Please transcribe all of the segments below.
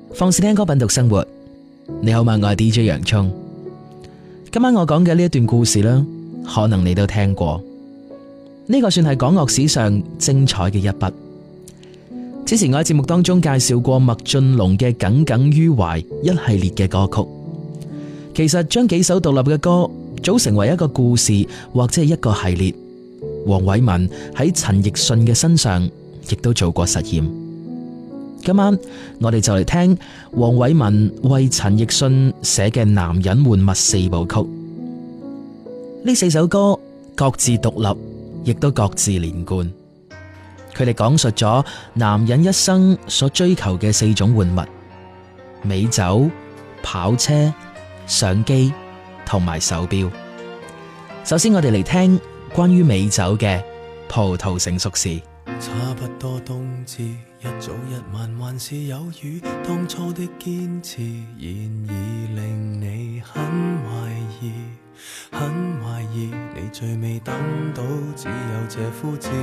放肆聽歌品讀生活，你好嗎？我係 DJ 洋蔥。今晚我講嘅呢一段故事呢，可能你都聽過。呢個算係港樂史上精彩嘅一筆。之前我喺節目當中介紹過麥浚龍嘅《耿耿於懷》一系列嘅歌曲。其實將幾首獨立嘅歌組成為一個故事或者係一個系列，黃偉文喺陳奕迅嘅身上亦都做過實驗。今晚我哋就嚟聽黃偉文為陳奕迅寫嘅《男人玩物》四部曲。呢四首歌各自獨立，亦都各自連貫。佢哋講述咗男人一生所追求嘅四種玩物：美酒、跑車、相機同埋手錶。首先我哋嚟聽關於美酒嘅《葡萄成熟時》。 差不多冬至，一早一晚還是有雨，當初的堅持現已令你很懷疑，很懷疑你最未等到只有這枯枝。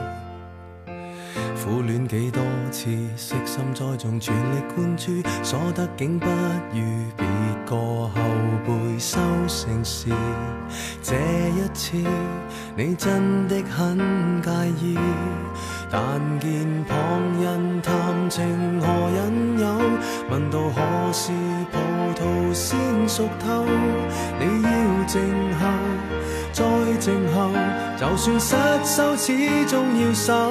苦戀幾多次，悉心栽種，全力灌注，所得竟不如別個後輩收成時。這一次你真的很介意，但見旁人談情何引誘，問到何時葡萄先熟透，你要靜候，再靜候，就算失手始終要守。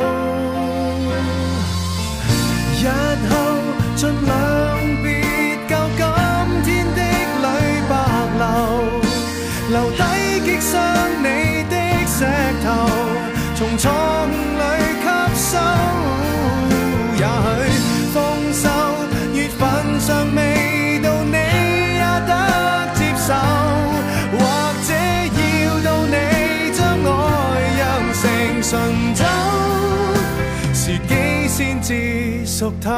日後盡量別教今天的淚白流，留低擊傷你的石頭，從錯誤裏吸收。也許豐收月份尚未到，你也得接受，或者要到你將愛釀成醇酒，時機先至熟透。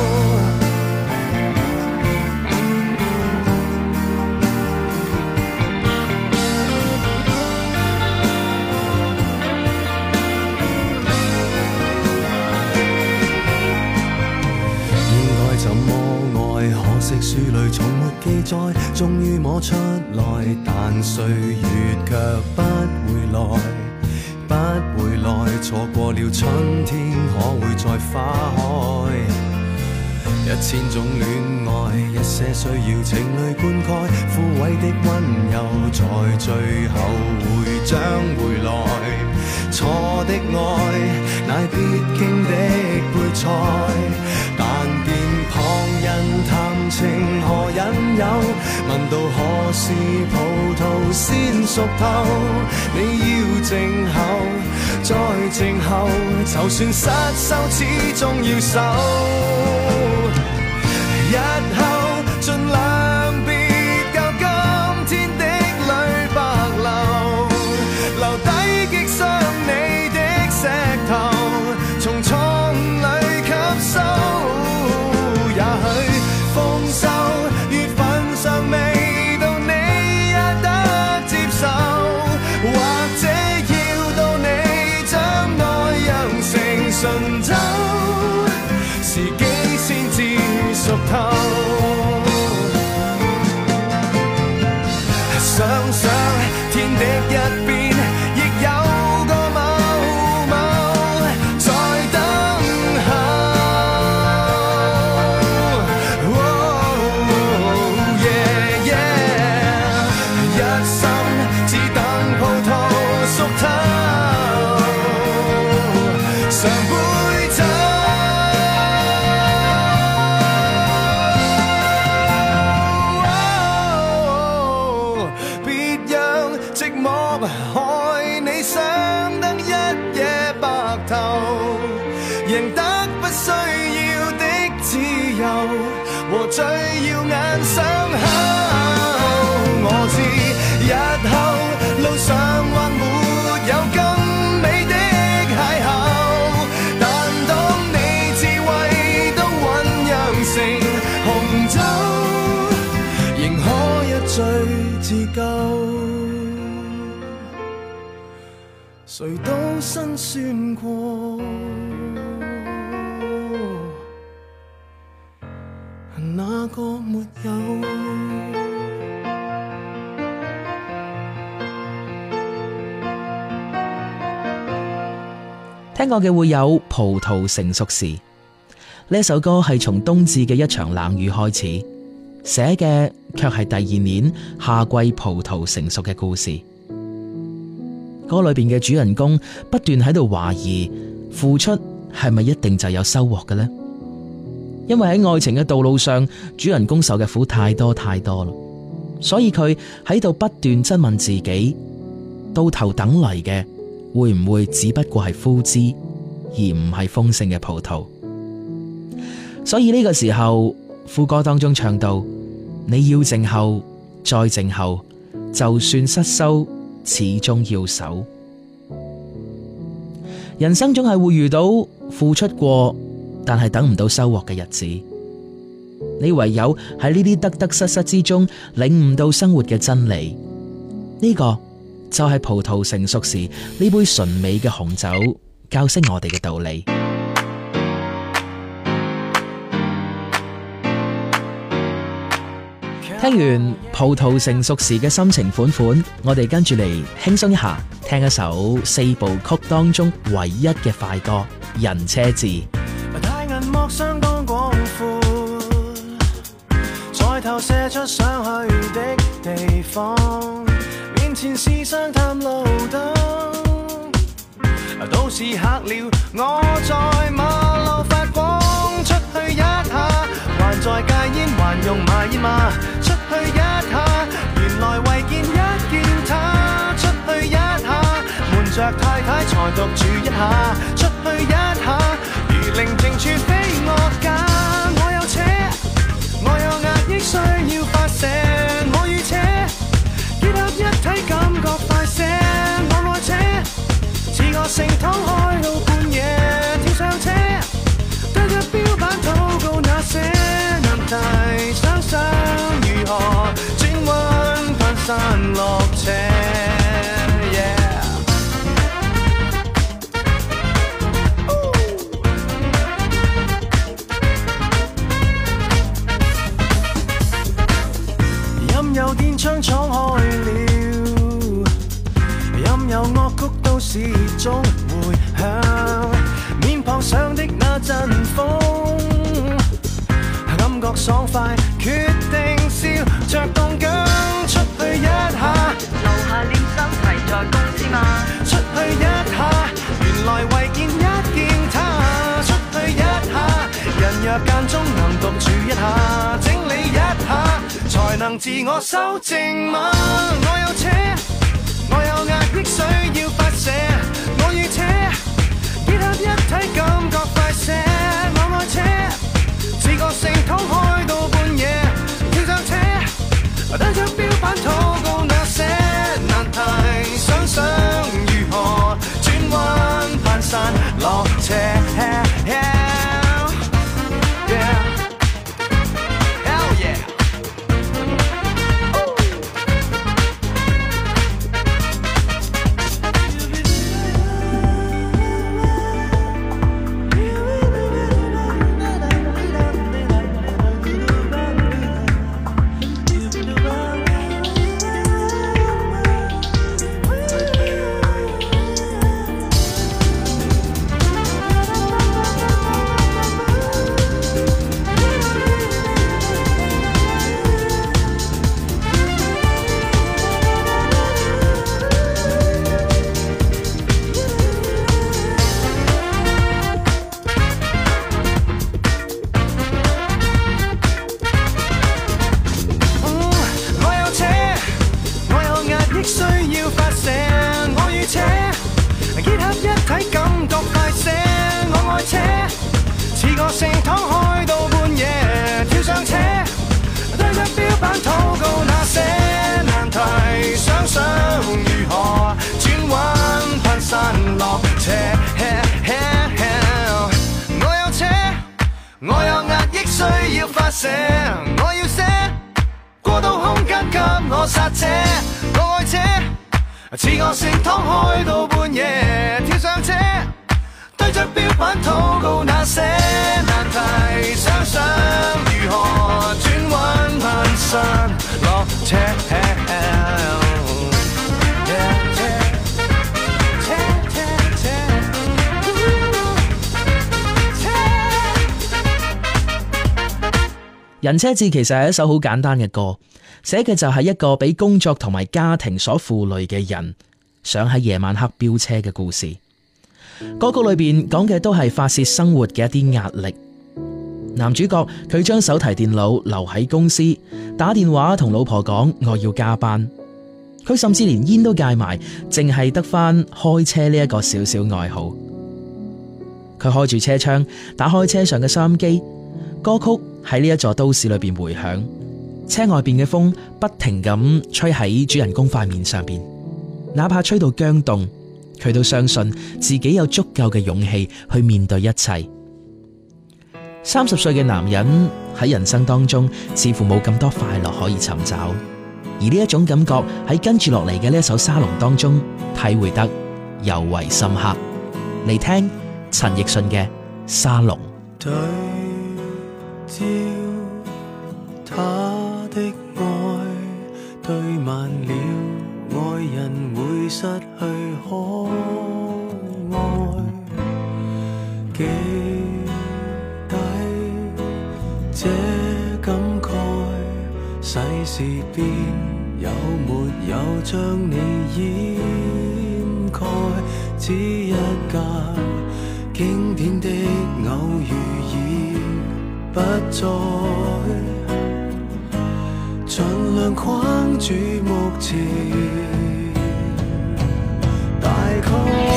怎麼愛？可惜書裏從沒記載，終於摸出來，但歲月卻不會來，不會來。錯過了春天，可會再花開？1000種戀愛，一些需要情淚灌溉，枯萎的溫柔在最後會將回來。錯的愛，乃必經的配菜，但見旁人談情何引誘，問到何時葡萄先熟透，你要靜候，再靜候，就算失手始終要守。日後盡量別教今天的淚白流，留低擊傷你的石頭，從錯誤裏吸收。也許豐收月份尚未到，你也得接受，或者要到你將愛釀成醇酒，時機先至熟透。想想天的一邊，亦有個某某在等候。Yeah, yeah， 一生只等葡萄熟透，上杯酒。害你想得一夜白頭，贏得不需要的自由和最耀眼傷口。我知日後路上或沒有更美的邂逅，但當你智慧都醞釀成紅酒，仍可一醉自救。誰都辛酸過， 哪個沒有？ 聽過嘅會有葡萄成熟時，呢首歌係從冬至嘅一場冷雨開始，寫嘅卻係第二年夏季葡萄成熟嘅故事。歌裏邊嘅主人公不斷喺度懷疑付出係咪一定就有收穫嘅呢？因為喺愛情嘅道路上，主人公受嘅苦太多太多啦，所以佢喺度不斷質問自己，到頭等嚟嘅會唔會只不過係枯枝，而唔係豐盛嘅葡萄？所以呢個時候，副歌當中唱到：你要靜候，再靜候，就算失收，始終要守。人生總係會遇到付出過，但係等唔到收穫嘅日子。你唯有喺呢啲得得失失之中，領悟到生活嘅真理。呢個就係葡萄成熟時呢杯純美嘅紅酒教識我哋嘅道理。聽完葡萄成熟時嘅心情款款，我哋跟住嚟輕鬆一下，聽一首4部曲當中唯一嘅快歌《人車誌》。 大銀幕相當廣闊，再投射出想去的地方，面前是雙探路燈，都市黑了，我在馬路發光，出去一下，還在戒煙，還用買煙嗎？出去一下，原來為見一見他，出去一下，瞞着太太才獨處一下，出去一下，如寧靜處非惡假。我有車，我有壓抑需要發射，我與車結合一體，感覺快些。我愛車，似個盛湯開到半夜，跳上車，對着標板禱告那些難題，想想如何轉彎攀山落斜。任由電窗敞開了，任由樂曲都市中回響，面龐上的那陣風，感覺爽快，決定笑着動腳，出去一下， 留下臉心提在公司嗎？ 出去一下，原來為見一見他，出去一下，人若間中能獨處一下，整理一下，才能自我修正嗎？我有車，我有壓抑需要發射，我與車結合一體，感覺快些。我愛車，似個盛湯開到半夜，跳上車，對着標板禱告那些難題，想想如何轉彎攀山落斜。我要寫過渡空間給我剎車，我愛車，似個盛湯開到半夜，跳上車，對着標板禱告那些難題，想想如何人車誌其實係一首好簡單嘅歌，寫嘅就係一個俾工作同埋家庭所負累嘅人，想喺夜晚黑飆車嘅故事。歌曲裏邊講嘅都係發洩生活嘅一啲壓力。男主角佢將手提電腦留喺公司，打電話同老婆講我要加班。佢甚至連煙都戒埋，淨係得返開車呢一個小小愛好。佢開住車窗，打開車上嘅收音機，歌曲喺呢一座都市裏邊回響。車外邊嘅風不停咁吹喺主人公塊面上邊，哪怕吹到僵凍，佢都相信自己有足夠嘅勇氣去面對一切。30歲嘅男人喺人生當中似乎冇咁多快樂可以尋找，而呢一種感覺喺跟住落嚟嘅呢一首沙龍當中體會得尤為深刻。嚟聽陳奕迅嘅沙龍。 對焦他的愛，對慢了，愛人會失去可愛。記低這感慨，世事變，有沒有將你掩蓋？只一架經典的偶遇已不再，盡量框住目前，大概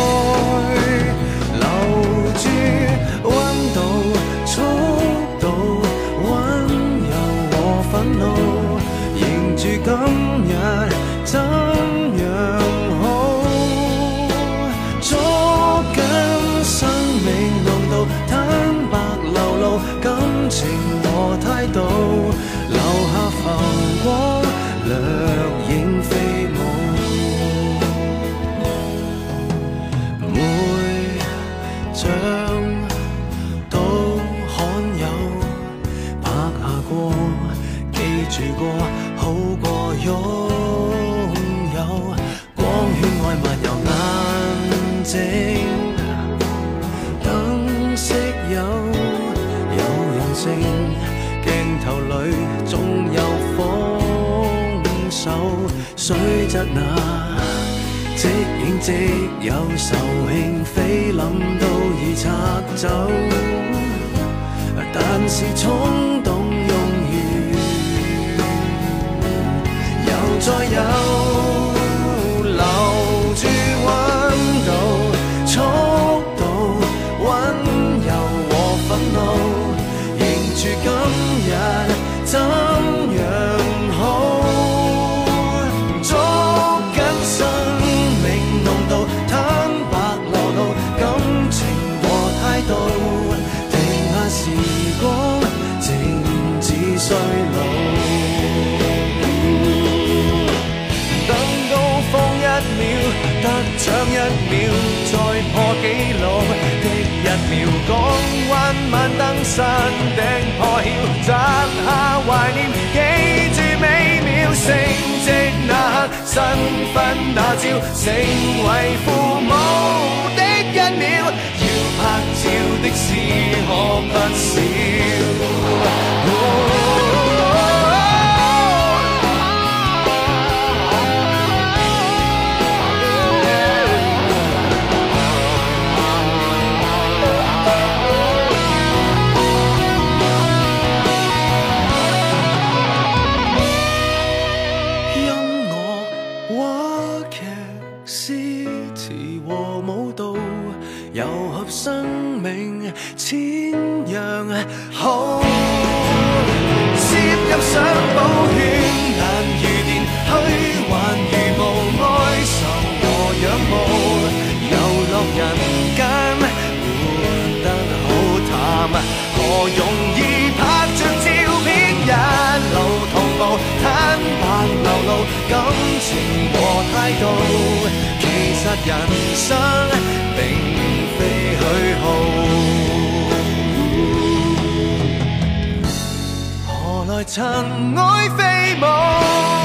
留住溫度、速度、溫柔和憤怒，迎住今日怎樣好，捉緊生命濃度，坦白流露感情和態度，留下浮光掠影飛舞，每張都罕有，拍下過，記住過，好過擁有，光圈愛漫遊眼睛，燈飾有人性，鏡頭裏總有豐收，雖則那即影即有仇慶，菲林都已拆走，但是衝動用完，又再有留住溫度、速度、溫柔和憤怒，迎住今日怎樣好，捉緊生命濃度，坦白流露感情和態度，停下時光，靜止衰老。等高峰1秒，得獎1秒，再破紀錄的1秒，港灣晚燈山頂破曉，摘下懷念，記住美妙成績那刻，身份那照，成為父母的1秒，要拍照的事可不少。生命千樣好，攝入相簿圈，難如電，虛幻如無哀愁和仰慕，遊樂人間活得好淡，何容易拍着照片一路同步，坦白流露感情和態度，其實人生並非虛耗，何來塵埃飛舞？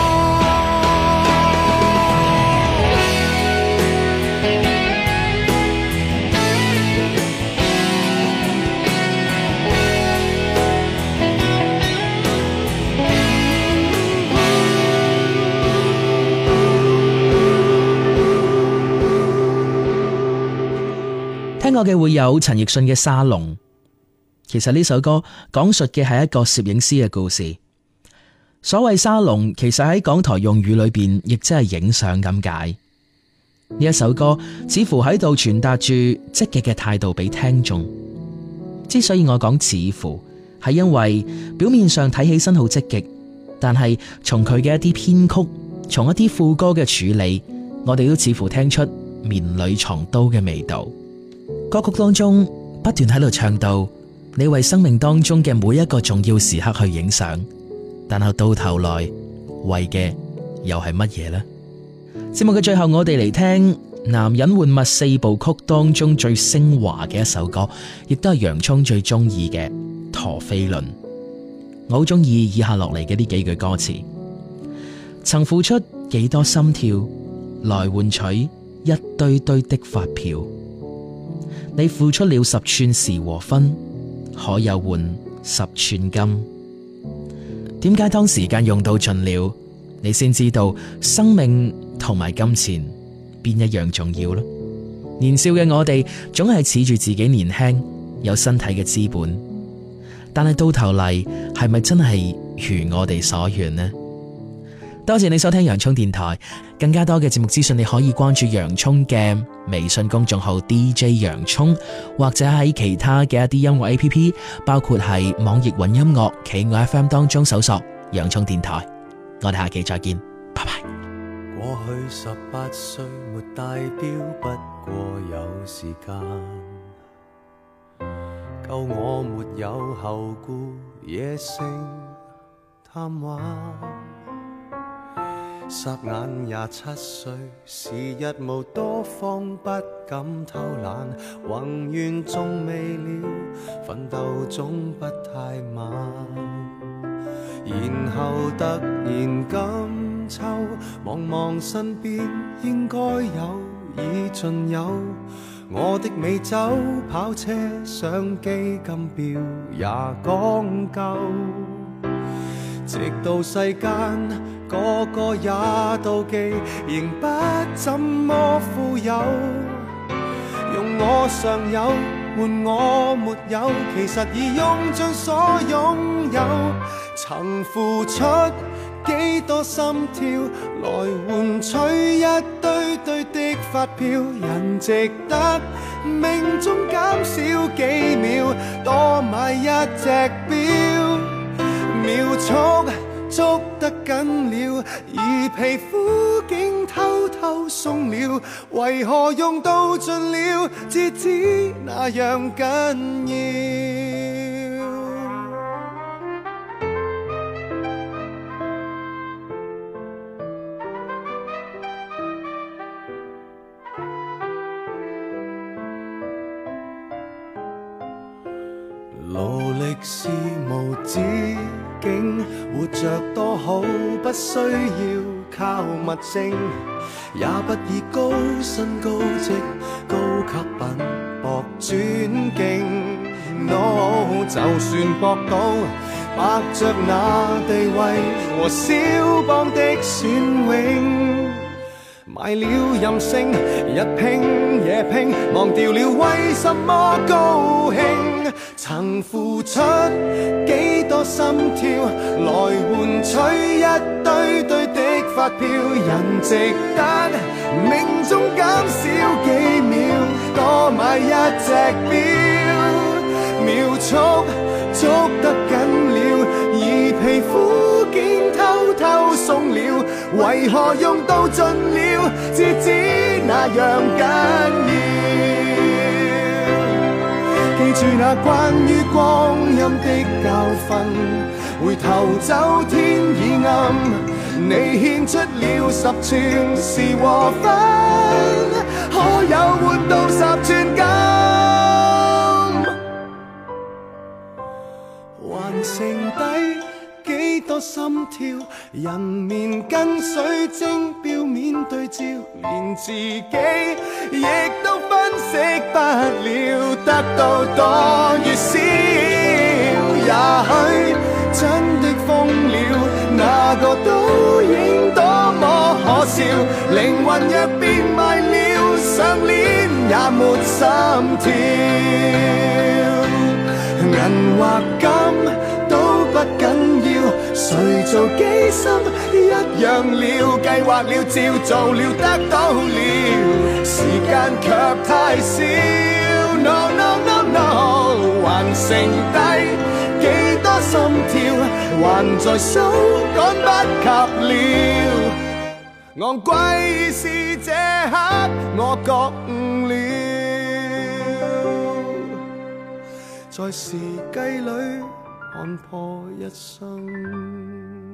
過嘅會有陳奕迅嘅沙龍。其實呢首歌講述嘅係一個攝影師嘅故事。所謂沙龍，其實喺港台用語裏邊，亦即係影相咁解。呢一首歌似乎喺度傳達住積極嘅態度俾聽眾。之所以我講似乎，係因為表面上睇起身好積極，但係從佢嘅一啲編曲，從一啲副歌嘅處理，我哋都似乎聽出綿裏藏刀嘅味道。歌曲當中不斷喺度唱到，你為生命當中嘅每一個重要時刻去影相，但係到頭來為嘅又係乜嘢呢？節目嘅最後，我哋嚟聽男人換物四部曲當中最升華嘅一首歌，亦都係洋蔥最中意嘅《陀飛輪》。我好中意以下落嚟嘅呢幾句歌詞：曾付出幾多心跳來換取一堆堆的發票，你付出了10寸時和分，可有換10寸金？點解當時間用到盡了，你先知道生命同埋金錢邊一樣重要呢？年少嘅我哋總係恃住自己年輕有身體嘅資本，但係到頭嚟係咪真係如我哋所願呢？多謝你收聽洋蔥電台，更加多嘅節目資訊你可以關注洋蔥嘅微信公眾號 DJ 洋蔥，或者喺其他嘅一啲音樂 APP， 包括係網易雲音樂、企鵝 FM 當中搜索洋蔥電台。我哋下期再見，拜拜。 過去18歲沒戴錶，不過有時間，夠我沒有後顧，野性貪玩。霎眼27歲，時日無多方，不敢偷懶，宏願仲未了，奮鬥總不太晚。然後突然今秋，望望身邊應該有已盡有，我的美酒、跑車、相機、金錶也講究。直到世間個個也妒忌，仍不怎麼富有。用我尚有換我沒有，其實已用盡所擁有。曾付出幾多心跳來換取一堆堆的發票，人值得命中減少幾秒，多買一隻錶，秒速捉得緊了，而皮膚竟偷偷鬆了，為何用到盡了，至知那樣緊要。勞力是無止境，活着多好，不需要靠物證，也不以高薪高職高級品博尊敬。No， 就算博到白着那地位和肖邦的雋永，賣了任性，日拼夜拼，忘掉了為什麼高興。曾付出幾多心跳來換取一堆堆的發票，人值得命中減少幾秒，多買一隻錶，秒速捉得緊了，而皮膚竟偷偷鬆了，為何用到盡了，至知那樣緊要。記住那關於光陰的教訓，回頭走天已暗，你獻出了10寸時和分，可有換到10寸金？還剩低幾多心跳，人面跟水晶表面對照，連自己亦都分析不了，得到多與少，也許真的瘋了，哪個倒影多麼可笑，靈魂若變賣了，上鏈也沒心跳，銀或金都不緊要，誰做機心一樣了，計劃了照做了得到了，時間卻太少 ，no no no no， 還剩低幾多心跳，還在數趕不及了，昂貴是這刻我覺悟了，在時計裏看破一生。